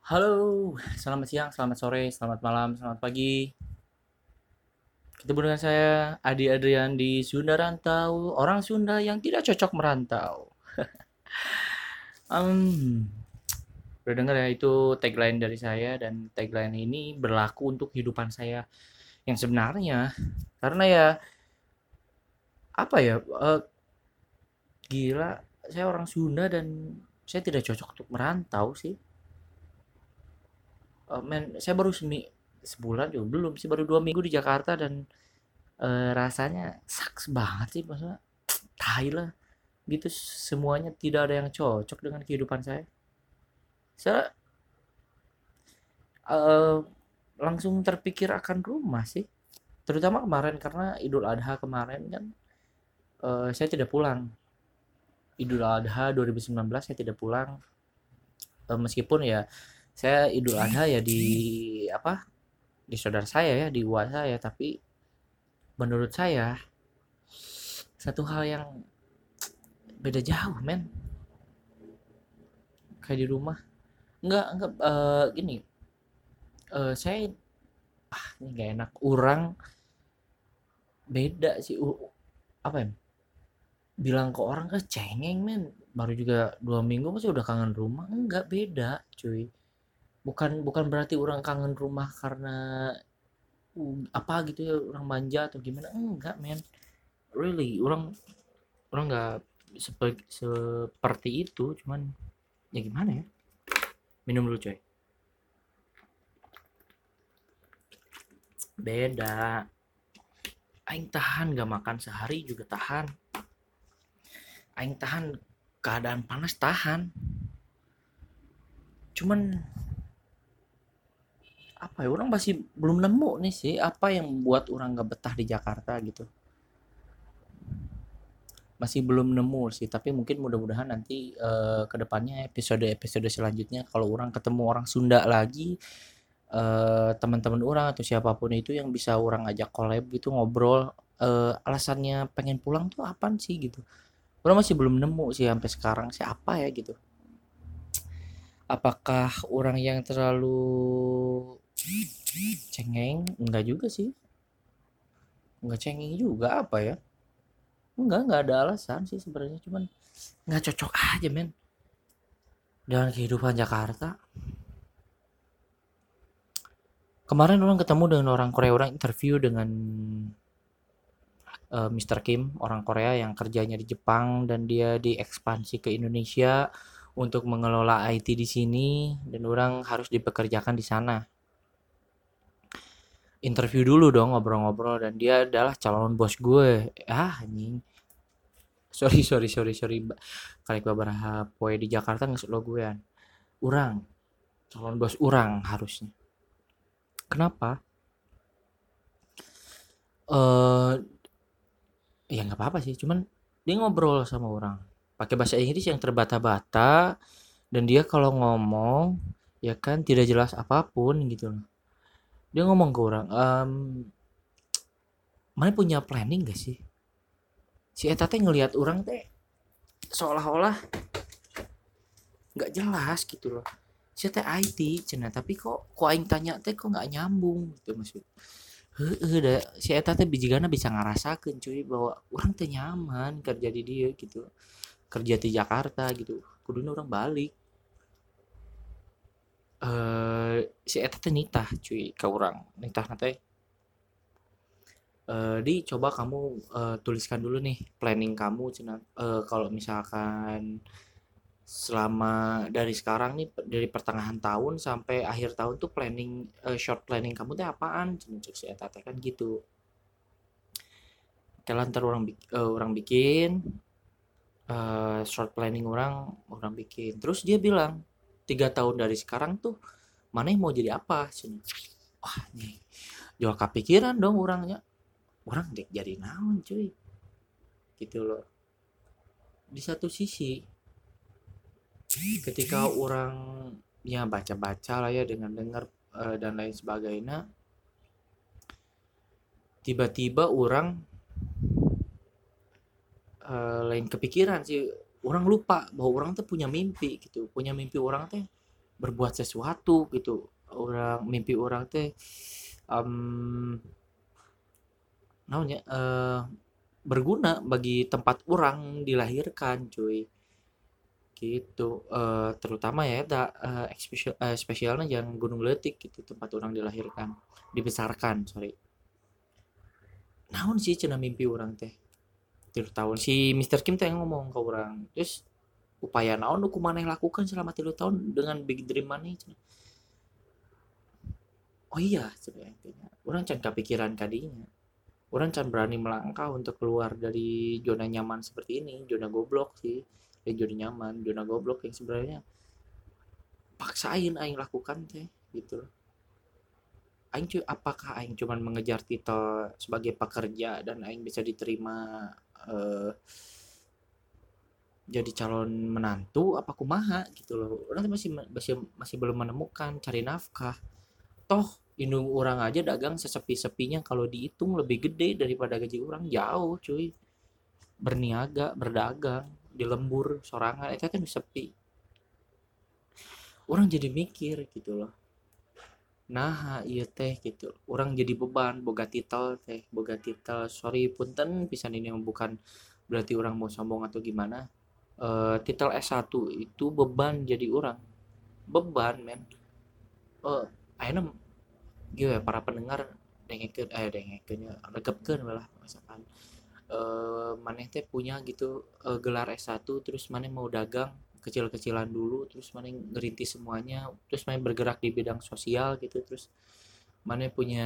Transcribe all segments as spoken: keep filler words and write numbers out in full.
Halo, selamat siang, selamat sore, selamat malam, selamat pagi. Ketemu dengan saya, Adi Adrian di Sunda Rantau, orang Sunda yang tidak cocok merantau. Um, udah dengar ya itu tagline dari saya dan tagline ini berlaku untuk kehidupan saya yang sebenarnya. Karena ya apa ya, eh, gila, saya orang Sunda dan saya tidak cocok untuk merantau sih. Eh, men, saya baru semi sebulan juga belum sih, baru dua minggu di Jakarta dan eh, rasanya sucks banget sih, maksudnya tai lah gitu, semuanya tidak ada yang cocok dengan kehidupan saya. Saya eh, langsung terpikir akan rumah sih, terutama kemarin karena Idul Adha kemarin kan, eh, saya tidak pulang. Idul Adha dua ribu sembilan belas saya tidak pulang. Eh, meskipun ya saya Idul Adha ya di apa, di saudara saya ya, di uang saya, tapi menurut saya satu hal yang beda jauh men, kayak di rumah. Enggak enggak, eh, gini, eh, saya ini nggak enak orang beda sih. U- apa ya, bilang ke orang kan cengeng men, baru juga dua minggu masih udah kangen rumah. Enggak, beda cuy. Bukan bukan berarti orang kangen rumah karena uh, apa gitu ya, orang manja atau gimana. Enggak men, really, orang orang nggak sepe- seperti itu. Cuman ya gimana ya, minum dulu coy. Beda. Aing tahan gak makan sehari juga tahan. Aing tahan keadaan panas tahan. Cuman apa ya, orang masih belum nemu nih sih apa yang membuat orang gak betah di Jakarta gitu. Masih belum nemu sih, tapi mungkin mudah-mudahan nanti eh, ke depannya episode-episode selanjutnya kalau orang ketemu orang Sunda lagi, eh, teman-teman orang atau siapapun itu yang bisa orang ajak collab gitu, ngobrol, eh, alasannya pengen pulang tuh apaan sih gitu. Orang masih belum nemu sih sampai sekarang sih apa ya gitu. Apakah orang yang terlalu cengeng? Enggak juga sih. Enggak cengeng juga apa ya? Enggak, enggak ada alasan sih sebenarnya, cuman nggak cocok aja men dengan kehidupan Jakarta. Kemarin orang ketemu dengan orang Korea, orang interview dengan eh, mister Kim, orang Korea yang kerjanya di Jepang dan dia diekspansi ke Indonesia untuk mengelola I T di sini, dan orang harus dipekerjakan di sana. Interview dulu dong, ngobrol-ngobrol, dan dia adalah calon bos gue. Ah anjing, sorry sorry sorry sorry kali beberapa poe di Jakarta nggak lo guean. Orang calon bos orang harusnya. Kenapa? Eh ya nggak apa-apa sih, cuman dia ngobrol sama orang pakai bahasa Inggris yang terbata-bata, dan dia kalau ngomong ya kan tidak jelas apapun gitu loh. Dia ngomong ke orang, ehm, mana punya planning gak sih? Si Eta teh ngelihat orang teh seolah-olah nggak jelas gitu loh. Si teh I T cina, tapi kok kok aing tanya teh kok nggak nyambung gitu maksud. Heeh, da, si Eta teh bijigana bisa ngarasakeun cuy bahwa orang teh nyaman kerja di dia gitu, kerja di Jakarta gitu. Kuduna orang balik. Eh si Eta teh nitah cuy ke orang, nitah nanti, eh di coba kamu eh, tuliskan dulu nih planning kamu cina. Eh, kalau misalkan selama dari sekarang nih, dari pertengahan tahun sampai akhir tahun tuh planning, eh, short planning kamu tuh apaan cina, cuk si Eta teh kan gitu. Kalian ntar orang bik- eh, orang bikin, eh, short planning orang orang bikin, terus dia bilang tiga tahun dari sekarang tuh mana yang mau jadi apa cina. Wah nih jual kepikiran dong orangnya, orang dek jadi naon cuy gitu loh. Di satu sisi ketika orang ya baca-baca lah ya, dengan dengar eh, dan lain sebagainya, tiba-tiba orang eh, lain kepikiran sih. Orang lupa bahwa orang tuh punya mimpi gitu, punya mimpi orang teh berbuat sesuatu gitu. Orang mimpi orang teh um, namanya eh, berguna bagi tempat orang dilahirkan cuy gitu. Eh, terutama ya eta eh, spesial eh, spesialnya yang Gunung Letik gitu tempat orang dilahirkan dibesarkan sorry. Naon sih cenah mimpi orang teh tilu tahun si mister Kim teh ngomong ke orang terus upaya naon nu kumaneh lakukan selama tilu tahun dengan big dream maneh cenah. Oh iya sebenarnya orang can kepikiran kadinya orang can berani melangkah untuk keluar dari zona nyaman seperti ini zona goblok sih dari zona nyaman zona goblok yang sebenarnya paksain aing lakukan teh gitu. Aing cu apakah aing cuman mengejar titel sebagai pekerja dan aing bisa diterima eh, jadi calon menantu apa kumaha gitu loh. Orang masih masih masih belum menemukan cari nafkah. Toh indung orang aja dagang sesepi-sepinya kalau dihitung lebih gede daripada gaji orang jauh cuy. Berniaga, berdagang di lembur sorangan itu kan sepi. Orang jadi mikir gitu loh. Nah iya teh gitu orang jadi beban boga titel teh boga titel sorry punten pisan ini bukan berarti orang mau sombong atau gimana. Eh, titel S satu itu beban jadi orang beban men. eh akhirnya gitu ya para pendengar dengekeun eh dengekeun ya regepkeun lah misalkan eh maneh teh punya gitu eh, gelar S satu terus maneh mau dagang kecil-kecilan dulu terus maneh ngerintis semuanya terus maneh bergerak di bidang sosial gitu terus maneh punya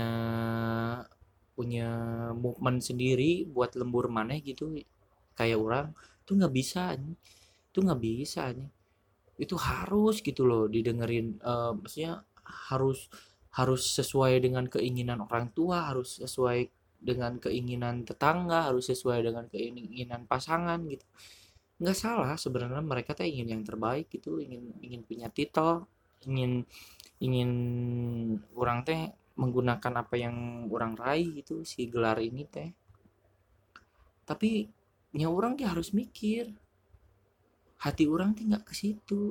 punya movement sendiri buat lembur maneh gitu kayak orang tuh nggak bisa tuh nggak bisa nih itu harus gitu loh didengerin eh, maksudnya harus harus sesuai dengan keinginan orang tua harus sesuai dengan keinginan tetangga harus sesuai dengan keinginan pasangan gitu nggak salah sebenarnya mereka tuh ingin yang terbaik gitu ingin ingin punya titel ingin ingin orang teh menggunakan apa yang orang raih gitu si gelar ini teh tapi nya orang dia harus mikir hati orang teh nggak ke situ.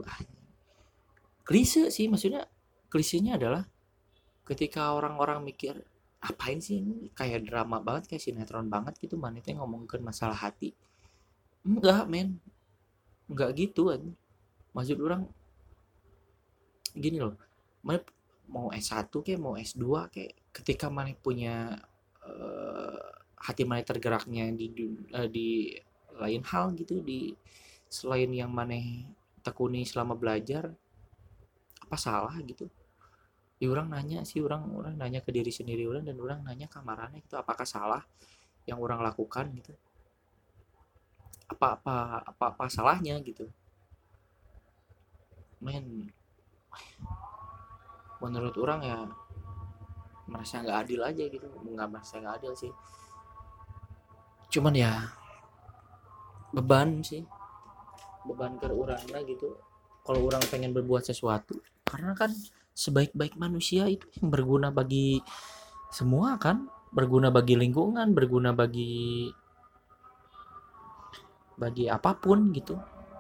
Klise sih maksudnya klisenya adalah ketika orang-orang mikir apain sih ini kayak drama banget kayak sinetron banget gitu mana itu ngomongin masalah hati enggak men enggak gitu kan maksud orang gini loh mana mau S satu kayak mau S dua kayak ketika mana punya eh, hati mana tergeraknya di eh, di lain hal gitu di selain yang mana tekuni selama belajar apa salah gitu ya orang nanya sih orang orang nanya ke diri sendiri orang dan orang nanya ke marane itu apakah salah yang orang lakukan gitu apa apa apa apa salahnya gitu men menurut orang ya merasa nggak adil aja gitu nggak merasa nggak adil sih cuman ya beban sih beban ke orang lah gitu kalau orang pengen berbuat sesuatu karena kan sebaik-baik manusia itu yang berguna bagi semua kan berguna bagi lingkungan berguna bagi bagi apapun gitu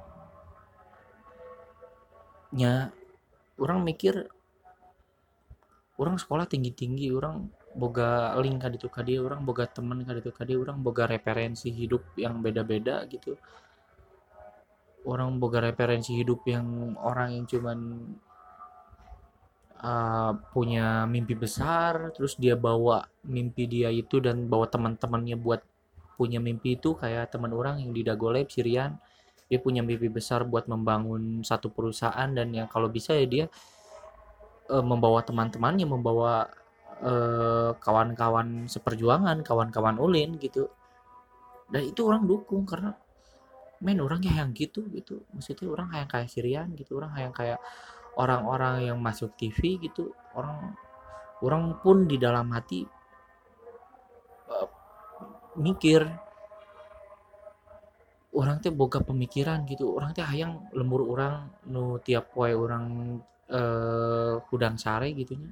nya orang mikir orang sekolah tinggi-tinggi orang boga link ka ditu ka dia orang boga temen ka ditu ka dia orang boga referensi hidup yang beda-beda gitu orang boga referensi hidup yang orang yang cuman uh, punya mimpi besar terus dia bawa mimpi dia itu dan bawa teman-temannya buat punya mimpi itu kayak teman orang yang di Dagolab Sirian dia punya mimpi besar buat membangun satu perusahaan dan yang kalau bisa ya dia uh, membawa teman-temannya membawa uh, kawan-kawan seperjuangan kawan-kawan ulin gitu dan itu orang dukung karena men orang yang gitu gitu maksudnya orang yang kayak Sirian gitu orang yang kayak orang-orang yang masuk T V gitu orang orang pun di dalam hati uh, mikir orang teh boga pemikiran gitu orang teh hayang lembur orang nu tiap poe orang eh hudang sare gitunya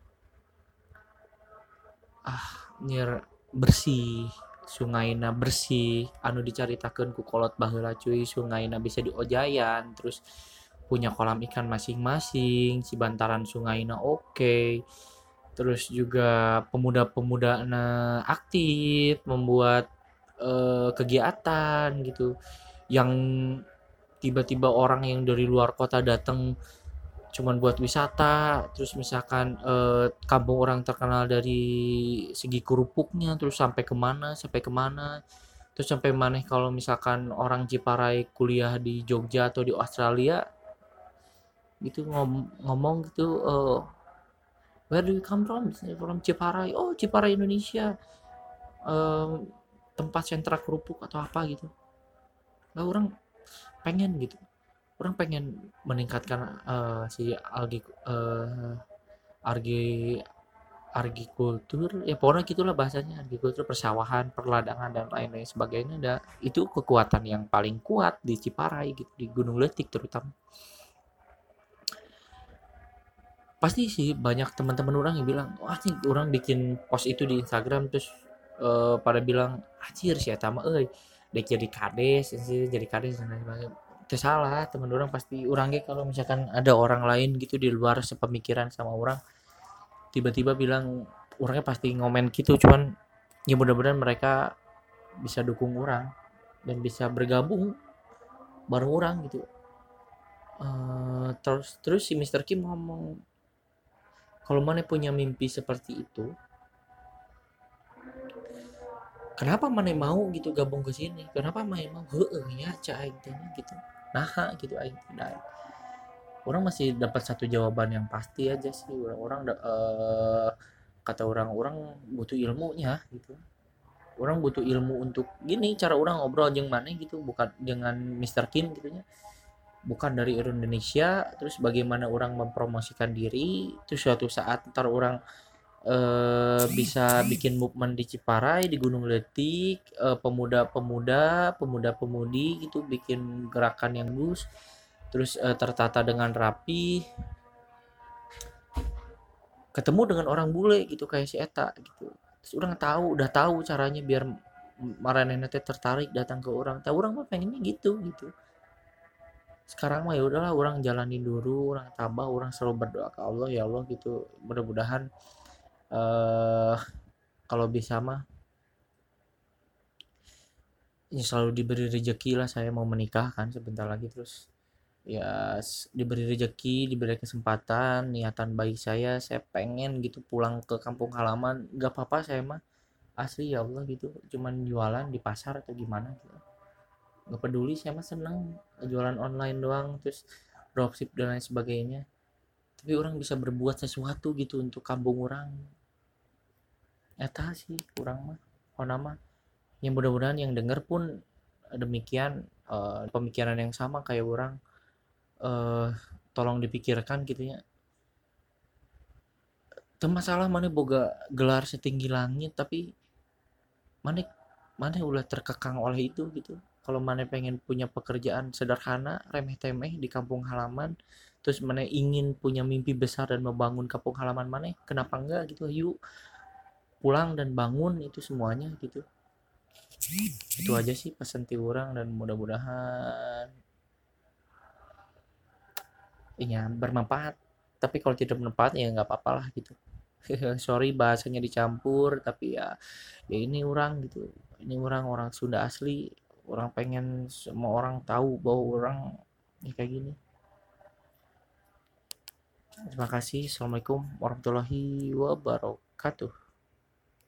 ah nyer bersih sungaina bersih anu dicaritakeun ku kolot baheula cuy sungaina bisa diojayan terus punya kolam ikan masing-masing, si bantaran sungainya oke, terus juga pemuda-pemuda aktif membuat eh, kegiatan gitu, yang tiba-tiba orang yang dari luar kota datang cuman buat wisata, terus misalkan eh, kampung orang terkenal dari segi kerupuknya, terus sampai kemana sampai kemana, terus sampai mana kalau misalkan orang Ciparai kuliah di Jogja atau di Australia gitu, ngom- ngomong gitu, eh, where do you come from? From Ciparai. Oh, Ciparai Indonesia. Eh, tempat sentra kerupuk atau apa gitu. Lah orang pengen gitu. Orang pengen meningkatkan eh, si algi eh, argi argikultur, ya pokoknya gitulah bahasanya, argikultur, persawahan, perladangan dan lain-lain sebagainya. Ada itu kekuatan yang paling kuat di Ciparai gitu, di Gunung Letik terutama. Pasti sih banyak teman-teman orang yang bilang, wah sih orang bikin post itu di Instagram, terus eh, pada bilang anjir sih eta mah euy dek jadi kades sih, jadi kades dan lain sebagainya. Itu salah, teman orang pasti orangnya kalau misalkan ada orang lain gitu di luar sepemikiran sama orang, tiba-tiba bilang, orangnya pasti ngomen gitu, cuman ya mudah-mudahan mereka bisa dukung orang dan bisa bergabung bareng orang gitu. Eh, terus terus si Mister Kim ngomong, kalau mana punya mimpi seperti itu, kenapa mana mau gitu gabung ke sini, kenapa mana mau, heeh ya cah aing teh gitu, nah gitu aing teh. Orang masih dapat satu jawaban yang pasti aja sih, orang-orang eh, kata orang-orang butuh ilmunya gitu, orang butuh ilmu untuk gini cara orang ngobrol jeung mana gitu, bukan dengan Mister Kim gitunya, bukan dari Indonesia, terus bagaimana orang mempromosikan diri, terus suatu saat ntar orang eh, bisa bikin movement di Ciparai, di Gunung Letik, eh, pemuda-pemuda, pemuda-pemudi gitu, bikin gerakan yang bagus, terus eh, tertata dengan rapi, ketemu dengan orang bule gitu kayak si Eta gitu. Terus orang tahu, udah tahu caranya biar Maranena teh tertarik datang ke orang. Tahu orang mah pengennya gitu gitu. Sekarang mah ya udahlah, orang jalani dulu, orang tabah, orang selalu berdoa ke Allah, ya Allah gitu. Mudah-mudahan eh kalau bisa mah ya selalu diberi rezeki lah, saya mau menikah kan sebentar lagi, terus ya diberi rezeki, diberi kesempatan, niatan baik saya saya pengen gitu pulang ke kampung halaman, gak apa-apa saya mah asli ya Allah gitu, cuman jualan di pasar atau gimana gitu, gak peduli, saya mah seneng jualan online doang, terus dropship dan lain sebagainya, tapi orang bisa berbuat sesuatu gitu untuk kampung orang, eta sih kurang mah oh nama, yang mudah-mudahan yang denger pun demikian, eh, pemikiran yang sama kayak orang, eh, tolong dipikirkan gitu ya. Itu masalah mana boga gelar setinggi langit tapi mana mana udah terkekang oleh itu gitu. Kalau mana pengen punya pekerjaan sederhana, remeh temeh di kampung halaman, terus mana ingin punya mimpi besar dan membangun kampung halaman mana, kenapa enggak gitu? Yuk pulang dan bangun itu semuanya gitu. Itu aja sih pesan ti orang, dan mudah-mudahan ya bermanfaat. Tapi kalau tidak bermanfaat ya nggak apa-apa lah gitu. Sorry bahasanya dicampur, tapi ya ya ini orang gitu, ini orang orang Sunda asli, orang pengen semua orang tahu bahwa orang ya kayak gini. Terima kasih. Assalamualaikum warahmatullahi wabarakatuh.